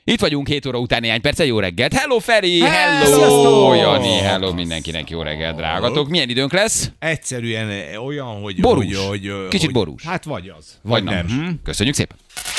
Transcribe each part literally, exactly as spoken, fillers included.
Itt vagyunk hét óra után néhány perce, jó reggelt. Hello Feri, hello Sziasztok! Jani, hello mindenkinek, jó reggelt, drágatok. Milyen időnk lesz? Egyszerűen olyan, hogy... Borús. Hogy, hogy, Kicsit hogy, borús. Hát vagy az, Vagy vagy nem. nem. Köszönjük szépen.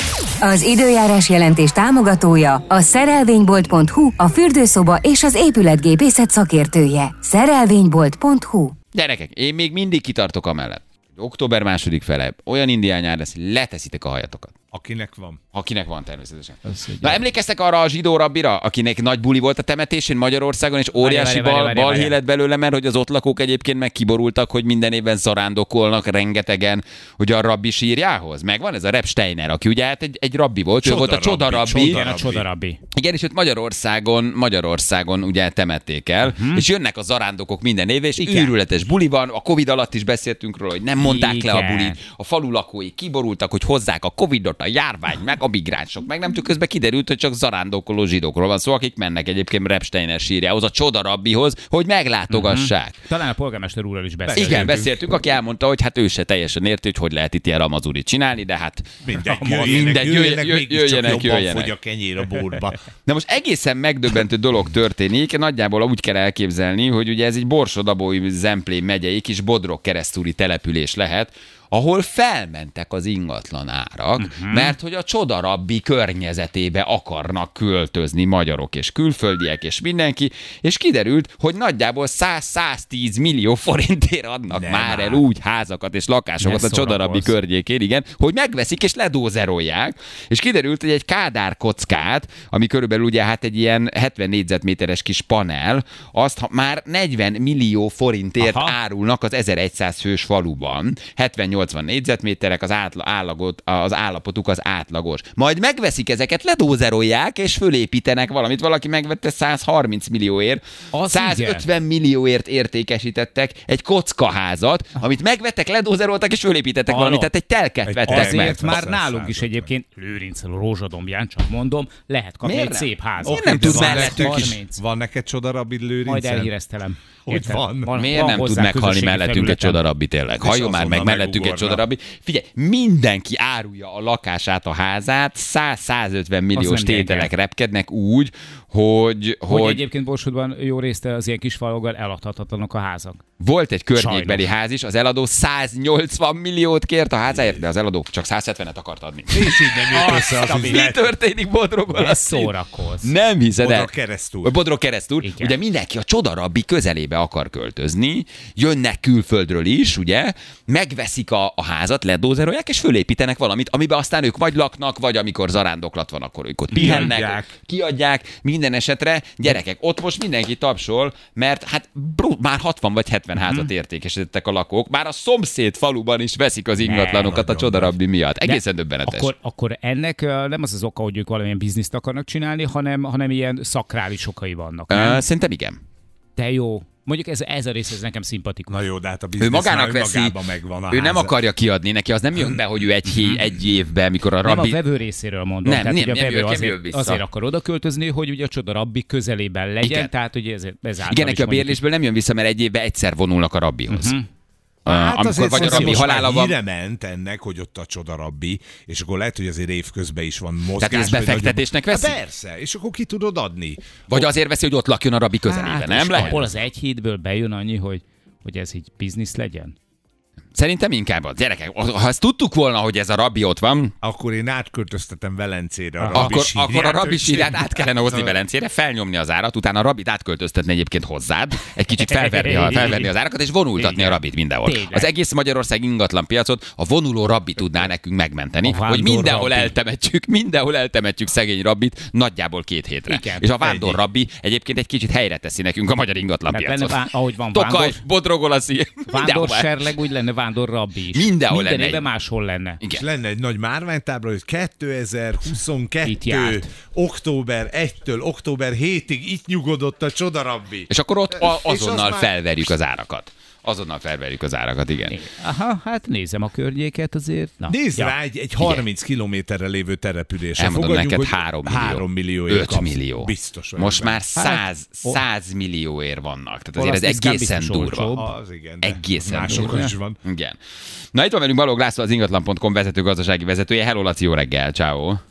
Az időjárás jelentés támogatója a szerelvénybolt pont hu, a fürdőszoba és az épületgépészet szakértője. szerelvénybolt pont hu. Gyerekek, én még mindig kitartok amellett. Október második fele, olyan indián nyár lesz, leteszitek a hajatokat. Akinek van. Akinek van természetesen. Na, emlékeztek arra a zsidó rabbira, akinek nagy buli volt a temetésén Magyarországon, és óriási várj, várj, várj, bal, várj. balhé lett belőle, mert hogy az ott lakók egyébként meg kiborultak, hogy minden évben zarándokolnak rengetegen, hogy a rabbi sírjához. Megvan ez a Reb Steiner, aki ugye hát egy, egy rabbi volt, ő volt a csoda rabbi. Igen, a csoda rabbi. Igen, és őt Magyarországon, Magyarországon ugye temették el, uh-huh. és jönnek a zarándokok minden év, és Igen. őrületes buli van, a Covid alatt is beszéltünk róla, hogy nem mondták Igen. le a bulit, a falu lakói kiborultak, hogy hozzák a Covidot, a járvány, meg a migránsok, meg nem tudjuk, közben kiderült, hogy csak zarándokoló zsidókról van szó, akik mennek egyébként Reb Steiner sírjához, a csoda rabbihoz, hogy meglátogassák. Uh-huh. Talán a polgármester úrral is beszéltünk. Igen, beszéltünk, aki elmondta, hogy hát ő se teljesen érti, hogy hogy lehet itt ilyen ramazurit csinálni, de hát Mindegy, mindegy, jöjjenek, jöjjenek, jöjjenek, jöjjenek, mégiscsak jobban jöjjenek. fogy a kenyér a búrba. Na most egészen megdöbbentő dolog történik, nagyjából úgy kell elképzelni, hogy ugye ez egy Borsod-Abaúj Zemplén megyei kis Bodrog keresztúri település lehet, ahol felmentek az ingatlan árak, uh-huh. mert hogy a csoda rabbi környezetébe akarnak költözni magyarok és külföldiek és mindenki, és kiderült, hogy nagyjából száz-száztíz millió forintért adnak Nem már el áll. úgy házakat és lakásokat Ne a csoda rabbi szórakozz. környékén, igen, hogy megveszik és ledózerolják, és kiderült, hogy egy Kádár kockát, ami körülbelül ugye hát egy ilyen hetven négyzetméteres kis panel, azt ha már negyven millió forintért Aha. árulnak az ezerszáz fős faluban. hetven-nyolcvan négyzetméterek, az, átla, állagot, az állapotuk az átlagos. Majd megveszik ezeket, ledózerolják, és fölépítenek valamit. Valaki megvette száz harminc millióért, Az százötven millióért értékesítettek egy kockaházat, amit megvettek, ledózeroltak, és fölépítettek Hallom. valamit. Tehát egy telket Egy vettek meg. Azért már Meg. nálunk is egyébként Lőrinc Rózsadombján, csak mondom, lehet kapni Miért egy nem? szép házat. Miért nem De tud van mellettük nektek is- harminc. Van neked csoda rabbi Lőrincen? Majd elhíreztelem. Hogy Érted? van? Miért van nem tud hozzá meghalni közösségi mellettünk egy felületen. csoda rabbi tényleg? Halljon már meg azonnal mellettünk egy csoda megugorna. rabbi. Figyelj, mindenki árulja a lakását, a házát, száz-százötven milliós nem tételek gyenge. repkednek úgy, hogy, Hogy hogy egyébként Borsodban jó részt az ilyen kis falokkal eladhatatlanok a házak. volt egy környékbeli Sajnos. ház is, az eladó száznyolcvan milliót kért a házáért, de az eladó csak százhetvenet akart adni. És így nem jött össze az Azt a üzlet. Mi történik Bodrogon? Ez szórakoz. Nem hiszed el. Bodrog keresztül. Bodrog keresztül. Igen. Ugye mindenki a csoda rabbi közelébe akar költözni, jönnek külföldről is, ugye, megveszik a, a házat, ledózerolják, és fölépítenek valamit, amiben aztán ők vagy laknak, vagy amikor zarándoklat van, akkor ők ott pihennek, Kiadják. kiadják, minden esetre. Gyerekek, ott most mindenki tapsol, mert hát brut, már hatvan vagy hetven házat értékesítettek a lakók, már a szomszéd faluban is veszik az ingatlanokat a csoda rabbi miatt. Egészen De döbbenetes. Akkor, akkor ennek ö, nem az az oka, hogy ők valamilyen bizniszt akarnak csinálni, hanem, hanem ilyen szakrális okai vannak. Nem? Ö, Szerintem igen. De jó. Mondjuk ez, ez a rész ez nekem szimpatikus. Na jó, de hát a Ő biznisz magának már veszi, önmagában megvan a ő nem háza. akarja kiadni neki, az nem jön be, hogy ő egy, hé, egy évben, mikor a Nem rabbi... a vevő részéről mondom. Nem, tehát, nem, ugye a nem, vevő ő nem azért, jön vissza. azért akar oda költözni, hogy ugye a csoda rabbi közelében legyen, Igen. tehát ugye ez, ezáltal Igen, neki is a mondjuk bérlésből nem jön vissza, mert egy évben egyszer vonulnak a rabbihoz. Uh-huh. Hát amikor azért vagy a szerintem rabbi most már halála van... híre ment ennek, hogy ott a csoda rabbi, és akkor lehet, hogy azért évközben is van mozgás. Tehát ezt vagy befektetésnek nagyobb- veszi? Hát persze, és akkor ki tudod adni. Vagy azért veszi, hogy ott lakjon a rabbi közelében, Hát, nem és lehet? abból az egy hétből bejön annyi, hogy, hogy ez így biznisz legyen. Szerintem inkább az. Gyerekek, ha ezt tudtuk volna, hogy ez a rabbi ott van, Akkor én átköltöztetem Velencére a rabbi akkor, sírját, akkor a rabbi hogy sírját át kellene hozni Szóval- Velencére, felnyomni az árat, utána a rabbit átköltöztetni egyébként hozzád, egy kicsit felverni, a, felverni az árakat, és vonultatni Igen. a rabbit mindenhol. Tényleg. Az egész Magyarország ingatlan piacot a vonuló rabbi tudná nekünk megmenteni, A vándor hogy mindenhol rabbi. eltemetjük, mindenhol eltemetjük szegény rabbit nagyjából két hétre. Igen. És a vándor Ennyi. rabbi egyébként egy kicsit helyre teszi nekünk a magyar ingatlan Mert lenne, piacot. vá- ahogy van Tokaj, vándor, Bodrogol a szív. vándor serleg, úgy lenne vándor rabbi is. Mindenhol Minden lenne évben egy- máshol lenne. És Igen. lenne egy nagy márványtábla, hogy Itt kétezer-huszonkettő. járt. október elsejétől október hétig itt nyugodott a csoda rabbi. És akkor ott a, És az azonnal már- felverjük az árakat. Azonnal felverjük az árakat, igen. Aha, hát nézem a környéket azért. Na, Nézd ja. rá egy, egy harminc kilométerre lévő településre. Elmondom Fogadjuk, neked, hogy három millió. három millióért öt kapsz. millió. Biztos. Most vagyok már száz, ó. száz millióért vannak. Tehát azért ez Olasz tisztán egészen biztos durva. olcsóbb. benne. Az igen. de Egészen másokon durva. is van. Igen. Na itt van velünk Balogh László, az ingatlan pont com vezető gazdasági vezetője. Hello Laci, jó reggel, ciao.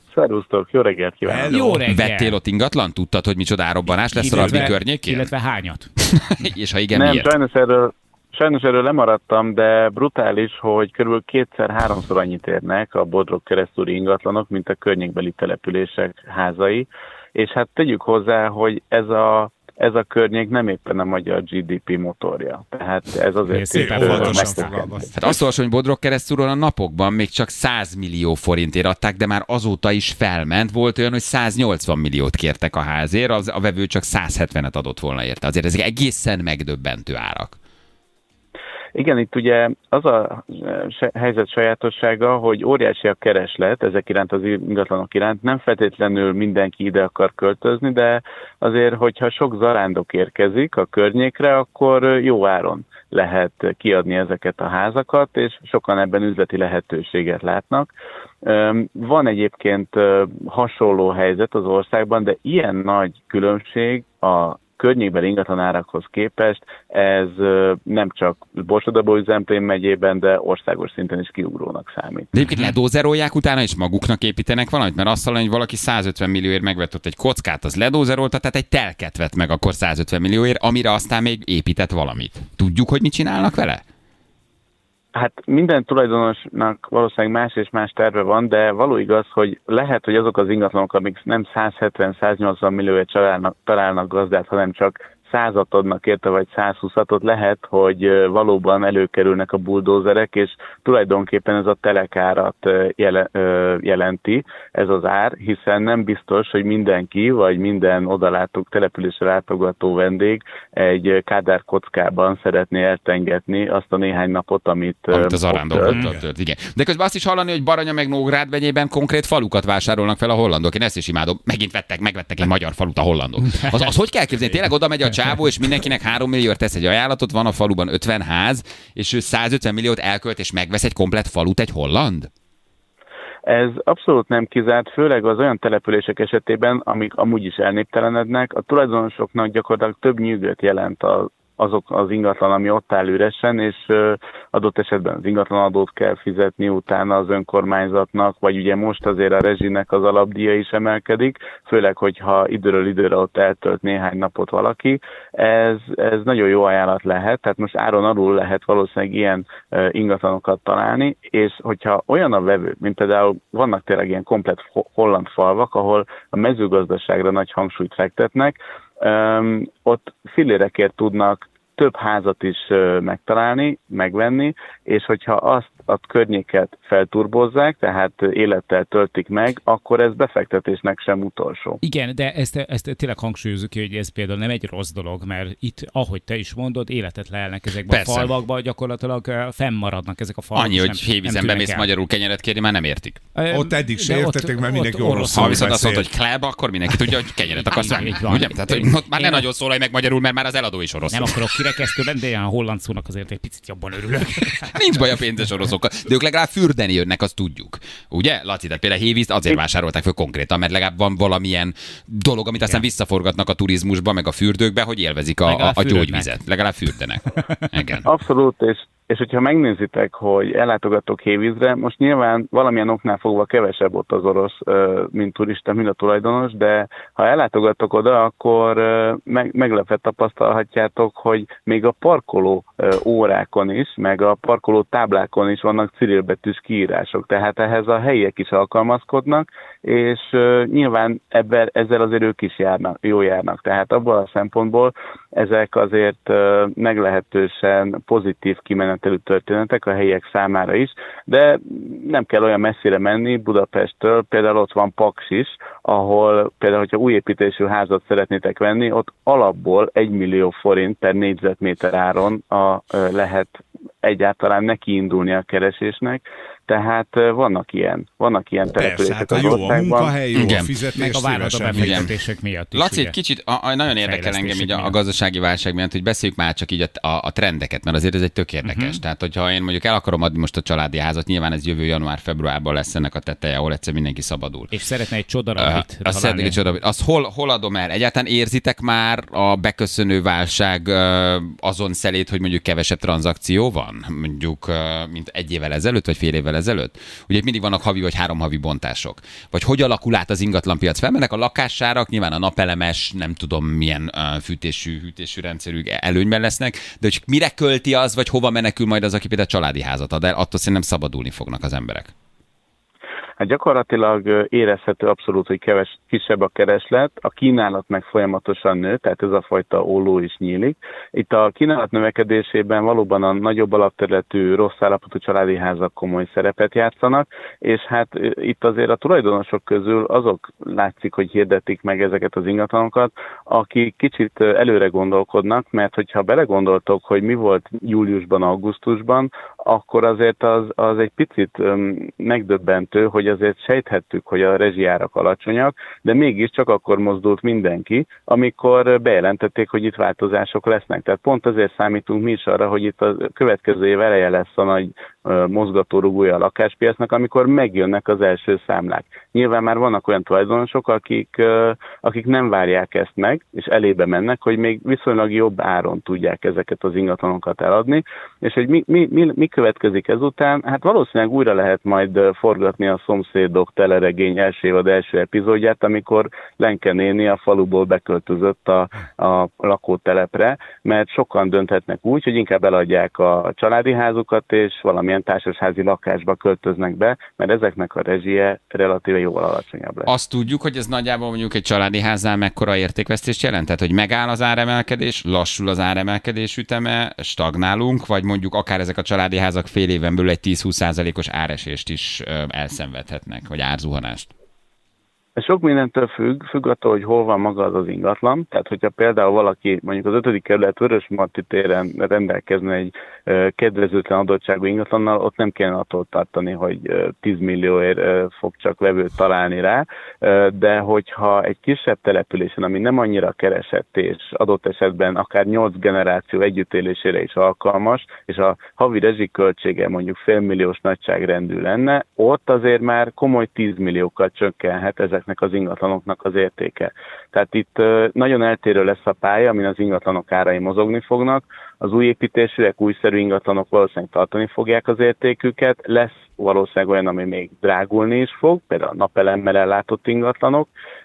Szervusztok, jó reggelt kívánok! Jó reggel. Vettél ott ingatlan? Tudtad, hogy micsoda árrobbanás lesz a Ralbi környékén? Illetve hányat? És ha igen, Nem, miért? sajnos erről, sajnos erről lemaradtam, de brutális, hogy körülbelül kétszer-háromszor annyit érnek a Bodrog keresztúri ingatlanok, mint a környékbeli települések házai. És hát tegyük hozzá, hogy ez a ez a környék nem éppen a magyar gé dé pé motorja. Tehát ez azért szépen Hát azt olvasom, hogy Bodrog keresztúron a napokban még csak száz millió forintért adták, de már azóta is felment. Volt olyan, hogy száznyolcvan milliót kértek a házért, az, a vevő csak száz hetvenet adott volna érte. Azért ezek egészen megdöbbentő árak. Igen, itt ugye az a helyzet sajátossága, hogy óriási a kereslet ezek iránt, az ingatlanok iránt. Nem feltétlenül mindenki ide akar költözni, de azért, hogyha sok zarándok érkezik a környékre, akkor jó áron lehet kiadni ezeket a házakat, és sokan ebben üzleti lehetőséget látnak. Van egyébként hasonló helyzet az országban, de ilyen nagy különbség a környékbeli ingatlanárakhoz képest ez nem csak Borsod-Abaúj-Zemplén megyében, de országos szinten is kiugrónak számít. De egyébként ledózerolják utána, és maguknak építenek valamit? Mert azt hallani, hogy valaki százötven millióért megvett ott egy kockát, az ledózerolta, tehát egy telket vett meg akkor százötven millióért, amire aztán még épített valamit. Tudjuk, hogy mit csinálnak vele? Hát minden tulajdonosnak valószínűleg más és más terve van, de való igaz, hogy lehet, hogy azok az ingatlanok, amik nem száz hetven-száz nyolcvan millióért találnak, találnak gazdát, hanem csak százat adnak érte, vagy százhúszat, lehet, hogy valóban előkerülnek a buldózerek, és tulajdonképpen ez a telekárat jelenti, ez az ár, hiszen nem biztos, hogy mindenki, vagy minden odalátók, településre látogató vendég egy kádár kockában szeretné eltengetni azt a néhány napot, amit, amit az arándokot tölt. Igen. De közben azt is hallani, hogy Baranya meg Nógrád megyében konkrét falukat vásárolnak fel a hollandok. Én ezt is imádom. Megint vettek, megvettek egy magyar falut a hollandok. Az, az hogy kell képzelni? Tényleg oda megy a csávó, és mindenkinek három millióért tesz egy ajánlatot, van a faluban ötven ház, és ő százötven milliót elkölt, és megvesz egy komplett falut egy holland? Ez abszolút nem kizárt, főleg az olyan települések esetében, amik amúgy is elnéptelenednek. A tulajdonosoknak gyakorlatilag több nyűgöt jelent a azok az ingatlan, ami ott áll üresen, és adott esetben az ingatlanadót kell fizetni utána az önkormányzatnak, vagy ugye most azért a rezsinek az alapdíja is emelkedik, főleg, hogyha időről időre ott eltölt néhány napot valaki. Ez, ez nagyon jó ajánlat lehet, tehát most áron alul lehet valószínűleg ilyen ingatlanokat találni, és hogyha olyan a vevő, mint például vannak tényleg ilyen komplett holland falvak, ahol a mezőgazdaságra nagy hangsúlyt fektetnek, Um, ott fillérekért tudnak több házat is uh, megtalálni, megvenni, és hogyha azt a környéket felturbozzák, tehát élettel töltik meg, akkor ez befektetésnek sem utolsó. Igen, de ezt, ezt tényleg hangsúlyozunk ki, hogy ez például nem egy rossz dolog, mert itt, ahogy te is mondod, életet lelnek ezekben Persze. a falvakban, gyakorlatilag fennmaradnak ezek a falvak. Annyi, hogy Hévízenbe mész magyarul kenyeret kérni, már nem értik. Ott eddig se értették, mert mindenki oroszul Ha viszont azt mondod, hogy kleb, akkor mindenki tudja, hogy kenyeret akarsz venni. Ugye? Tehát, hogy ott már ne nagyon szólj meg magyarul, mert már az eladó is orosz. Nem akarok kirekesztően, de ilyen holland szónak azért egy picit jobban örülök. Nincs baj a pénzes oroszokkal, de ők legalább fürdeni jönnek, azt tudjuk. Ugye? Laci, tehát például Hévízt azért vásárolták föl konkrétan, mert legalább van valamilyen dolog, amit aztán visszaforgatnak a turizmusba, meg a fürdőkbe, hogy élvezik a, a, a gyógyvizet. Legalább fürdenek. Igen. Abszolút, és És hogyha megnézitek, hogy ellátogatok Hévízre, most nyilván valamilyen oknál fogva kevesebb ott az orosz, mint turista, mint a tulajdonos, de ha ellátogatok oda, akkor meg, meglepve tapasztalhatjátok, hogy még a parkoló órákon is, meg a parkoló táblákon is vannak cirilbetűs kiírások. Tehát ehhez a helyiek is alkalmazkodnak, és nyilván ebben, ezzel azért ők is járnak, jó járnak. Tehát abban a szempontból ezek azért meglehetősen pozitív kimenetelű történetek a helyiek számára is, de nem kell olyan messzire menni Budapesttől, például ott van Paks is, ahol például, hogyha új építésű házat szeretnétek venni, ott alapból egy millió forint per négyzetméter áron a, lehet egyáltalán neki indulni a keresésnek, tehát vannak ilyen, vannak ilyen települések hát az országban. Jó a munkahely, jó a fizetés, meg a várható befektetések miatt is. Laci, egy kicsit a, a, nagyon érdekel engem így a, a gazdasági válság miatt, hogy beszéljük már csak így a, a, a trendeket, mert azért ez egy tök érdekes. Uh-huh. Tehát, hogyha én mondjuk el akarom adni most a családi házat, nyilván ez jövő január-februárban lesz ennek a teteje, ahol egyszer mindenki szabadul. És szeretne egy csodarabit. Uh, azt szeretnék egy csodarabit. Azt hol, hol adom el? Egyáltalán érzitek már a beköszönő válság uh, azon szelét, hogy mondjuk kevesebb tranzakció van? van, mondjuk, mint egy évvel ezelőtt, vagy fél évvel ezelőtt? Ugye mindig vannak havi vagy három havi bontások. Vagy hogy alakul át az ingatlanpiac? Felmennek a lakásárak, nyilván a napelemes, nem tudom milyen fűtésű, hűtésű rendszerű előnyben lesznek, de hogy mire költi az, vagy hova menekül majd az, aki például családi házat ad el, attól szerintem szabadulni fognak az emberek. Hát gyakorlatilag érezhető abszolút, hogy keves, kisebb a kereslet, a kínálat meg folyamatosan nő, tehát ez a fajta olló is nyílik. Itt a kínálat növekedésében valóban a nagyobb alapterületű, rossz állapotú családi házak komoly szerepet játszanak, és hát itt azért a tulajdonosok közül azok látszik, hogy hirdetik meg ezeket az ingatlanokat, akik kicsit előre gondolkodnak, mert hogyha belegondoltok, hogy mi volt júliusban, augusztusban, akkor azért az, az egy picit megdöbbentő, hogy azért sejthettük, hogy a rezsijárak alacsonyak, de mégiscsak akkor mozdult mindenki, amikor bejelentették, hogy itt változások lesznek. Tehát pont azért számítunk mi is arra, hogy itt a következő év eleje lesz a nagy mozgatórugója a lakáspiacnak, amikor megjönnek az első számlák. Nyilván már vannak olyan tulajdonosok, akik, akik nem várják ezt meg, és elébe mennek, hogy még viszonylag jobb áron tudják ezeket az ingatlanokat eladni, és hogy mi, mi, mi, mi következik ezután, hát valószínűleg újra lehet majd forgatni a Szomszédok teleregény első évad első epizódját, amikor Lenke néni a faluból beköltözött a, a lakótelepre, mert sokan dönthetnek úgy, hogy inkább eladják a családi házukat, és valamilyen társasházi lakásba költöznek be, mert ezeknek a rezsie relatíve jóval alacsonyabb lesz. Azt tudjuk, hogy ez nagyjából mondjuk egy családi háznál mekkora értékvesztést jelent? Tehát, hogy megáll az áremelkedés, lassul az áremelkedés üteme, stagnálunk, vagy mondjuk akár ezek a családi házak fél éven belül egy tíz-húsz százalékos áresést is elszenvedhetnek, vagy árzuhanást? Ez sok mindentől függ, függ attól, hogy hol van maga az az ingatlan. Tehát, hogyha például valaki mondjuk az ötödik kerület Vörösmarty téren rendelkezne egy kedvezőtlen adottságú ingatlannal, ott nem kellene attól tartani, hogy tíz millióért fog csak vevőt találni rá, de hogyha egy kisebb településen, ami nem annyira keresett, és adott esetben akár nyolc generáció együttélésére is alkalmas, és a havi rezsiköltsége mondjuk félmilliós nagyságrendű lenne, ott azért már komoly tízmilliókkal csökkenhet ezeknek az ingatlanoknak az értéke. Tehát itt nagyon eltérő lesz a pálya, amin az ingatlanok árai mozogni fognak. Az új építésűek, újszerű ingatlanok valószínűleg tartani fogják az értéküket, lesz valószínűleg olyan, ami még drágulni is fog, például a napelemmel ellátott ingatlanok,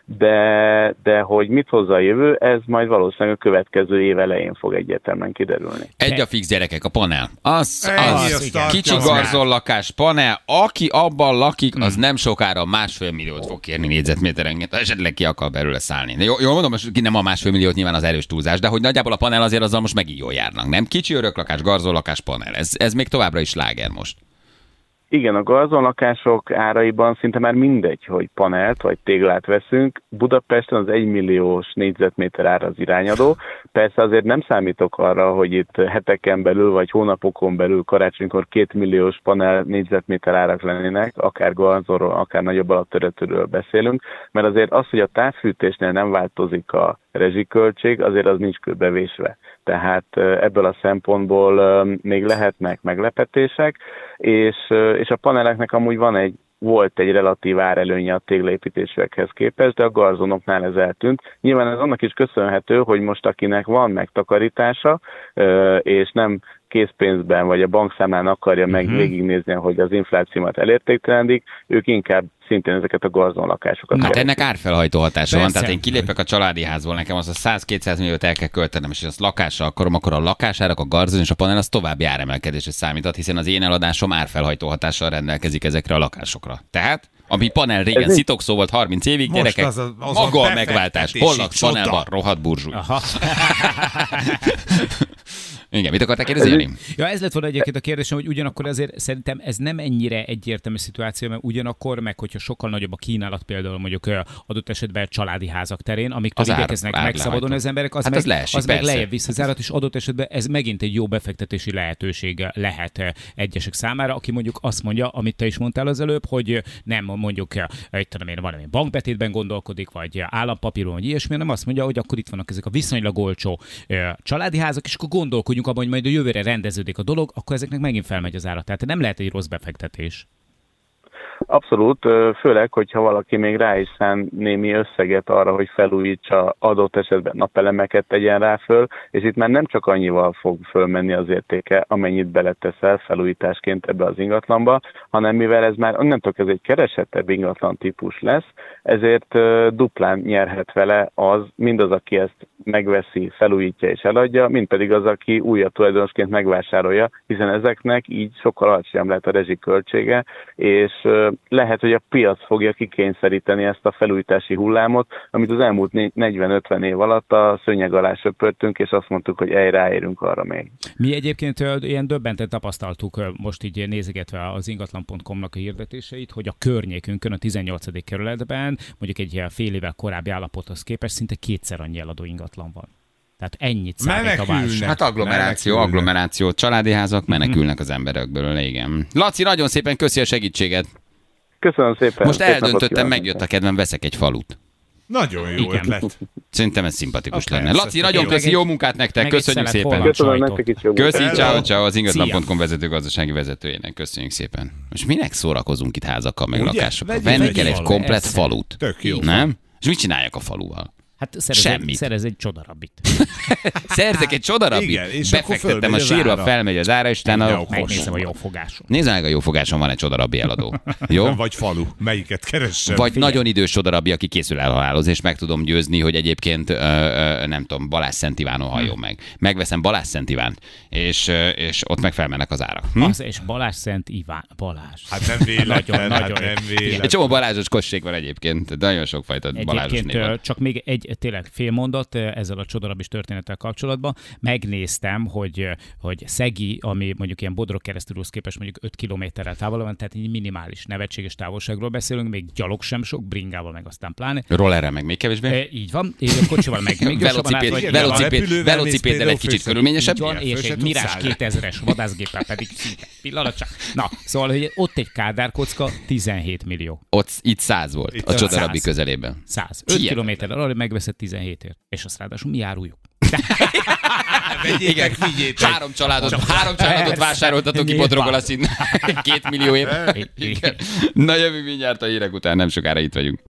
de, de hogy mit hozza a jövő, ez majd valószínűleg a következő év elején fog egyértelműen kiderülni. Egy a fix, gyerekek, a panel. Az, az, az, az kicsi garzonlakás panel, aki abban lakik, az nem sokára másfél milliót fog kérni négyzetméterenként, esetleg ki akar belőle szállni. Jó, jól mondom, most nem a másfél milliót, nyilván az erős túlzás, de hogy nagyjából a panel azért azzal most megint jól járnak, nem? Kicsi öröklakás, garzonlakás panel. Ez, ez még továbbra is sláger most. Igen, a garzonlakások áraiban szinte már mindegy, hogy panelt vagy téglát veszünk. Budapesten az egymilliós négyzetméter ár az irányadó. Persze azért nem számítok arra, hogy itt heteken belül vagy hónapokon belül karácsonykor kétmilliós panel négyzetméter árak lennének, akár garzonról, akár nagyobb alapterületről beszélünk, mert azért az, hogy a távfűtésnél nem változik a rezsiköltség, azért az nincs kőbevésve. Tehát ebből a szempontból még lehetnek meglepetések, és, és a paneleknek amúgy van egy, volt egy relatív árelőnye a téglaépítésűekhez képest, de a garzonoknál ez eltűnt. Nyilván ez annak is köszönhető, hogy most akinek van megtakarítása, és nem készpénzben vagy a bankszámlán akarja meg uh-huh. végignézni, hogy az inflációmat elértéktelenik, ők inkább szintén ezeket a garzonlakásokat. Hát ennek árfelhajtó hatása van, tehát én kilépek a családi házból, nekem az a száz-kétszáz milliót el kell költenem, és azt lakásra akarom, akkor a lakásárak, a garzon és a panel az további áremelkedésre számíthat, hiszen az én eladásom árfelhajtó hatással rendelkezik ezekre a lakásokra. Tehát ami panel régen szitokszó volt harminc évig, most gyerekek, az a, az maga a megváltás. Hol laksz panelban, rohadt burzsúly. Igen, mit akarták kérdezni, Jani? Ja, ez lett volna egyébként a kérdésem, hogy ugyanakkor azért szerintem ez nem ennyire egyértelmű szituáció, mert ugyanakkor, meg hogyha sokkal nagyobb a kínálat például mondjuk adott esetben családi házak terén, amiktől igyekeznek megszabadulni az emberek, az, hát meg, az, leesik, az meg lejjebb vissza az árat, és adott esetben ez megint egy jó befektetési lehetőség lehet egyesek számára, aki mondjuk azt mondja, amit te is mondtál az előbb, hogy nem mondjuk, hogy tudom én, valami bankbetétben gondolkodik, vagy állampapíron, vagy ilyesmi, nem azt mondja, hogy akkor itt vannak ezek a viszonylag olcsó családi házak, és akkor gondolkodjunk abban, hogy majd a jövőre rendeződik a dolog, akkor ezeknek megint felmegy az ára. Tehát nem lehet egy rossz befektetés. Abszolút, főleg, hogyha valaki még rá is szán némi összeget arra, hogy felújítsa, adott esetben napelemeket tegyen rá föl, és itt már nem csak annyival fog fölmenni az értéke, amennyit beleteszel felújításként ebbe az ingatlanba, hanem mivel ez már onnantól ez egy keresettebb ingatlan típus lesz, ezért duplán nyerhet vele az, mindaz, aki ezt megveszi, felújítja és eladja, mint pedig az, aki újabb tulajdonosként megvásárolja, hiszen ezeknek így sokkal alacsonyabb lehet a rezsiköltsége, és lehet, hogy a piac fogja kikényszeríteni ezt a felújítási hullámot, amit az elmúlt negyven-ötven év alatt a szőnyeg alá söpörtünk, és azt mondtuk, hogy ej, ráérünk arra még. Mi egyébként ilyen döbbenten tapasztaltuk most így nézegetve az ingatlan pont com-nak a hirdetéseit, hogy a környékünkön, a tizennyolcadik kerületben mondjuk egy fél évvel korábbi állapothoz képest szinte kétszer annyi eladó ingatlan van. Tehát ennyit számít a válság. Hát agglomeráció, agglomeráció, családi házak, menekülnek az emberekből, igen. Laci, nagyon szépen köszi a segítséget. Köszönöm szépen. Most eldöntöttem, megjött a kedvem, veszek egy falut. Nagyon jó Igen. ötlet. Szerintem ez szimpatikus Okay, lenne. Laci, nagyon köszi, jó munkát nektek, köszönjük szépen. Köszönöm nektek is, jó munkát. Köszi, ciao, ciao, az ingatlan pont com vezető gazdasági vezetőjének. Köszönjük szépen. Most minek szórakozunk itt házakkal, meg Ugye? lakásokkal? Vegyél Venni egy kell egy falut. komplett Ez falut. Tök jó. Nem? És mit csináljak a faluval? Hát szerez Semmit. egy, szerez egy csodarabit. Szerzek egy csodarabit, Igen, és akkor befektettem fölmegy a az sírba, ára. felmegy az ára, és utána... Jó, Megnézem a jó fogáson. Nézd meg, a jó fogáson van egy csodarabi eladó. Jó? Vagy falu. Melyiket keressem? Vagy nagyon idős csodarabi, aki készül elhalálozni, és meg tudom győzni, hogy egyébként ö, ö, nem tudom, Balázs Szent Ivánon halljon meg. Megveszem Balázs Szent Ivánt, és, ö, és ott meg felmennek az árak. Hm? Az, és Balázs Szent Iván. Balázs. Hát nem véletlen, Nagyon, hát nagyon. nem véletlen. Egy csomó balázsos kosség van egyébként, de nagyon sokfajta balázsos Egyébként név van. ö, csak még egy tényleg fél mondat ö, ezzel a csodarabis történettel kapcsolatban. Megnéztem, hogy, ö, hogy Szegi, ami mondjuk ilyen Bodrog Keresztülhoz képest mondjuk öt kilométerrel távol van, tehát egy minimális nevetséges távolságról beszélünk, még gyalog sem sok, bringával meg aztán pláne. Rollerrel meg még kevésbé. E, így van, és a kocsival meg még gyorsabban át vagy. Velocipéd, igen, velocipéd, repülővel velocipéddel mész egy kicsit például körülményesebb. Így van, Igen, és föl se egy tudsz Mirás állni. kétezres vadászgéppel pedig szinte pillanat csak. Na, szóval, hogy ott egy Kádár kocka tizenhét millió. Ott itt száz volt, Itt a csodarabi száz. közelében. száz. öt Hihetetlen. kilométerrel arra megveszed tizenhétért. És azt ráadásul mi áruljuk. Vegyétek, figyétek. Három családot, három családot vásároltatok ki Nyilván. Bodrogon a szín. Két millióért. Igen. Na jövő mindjárt a hírek után, nem sokára itt vagyunk.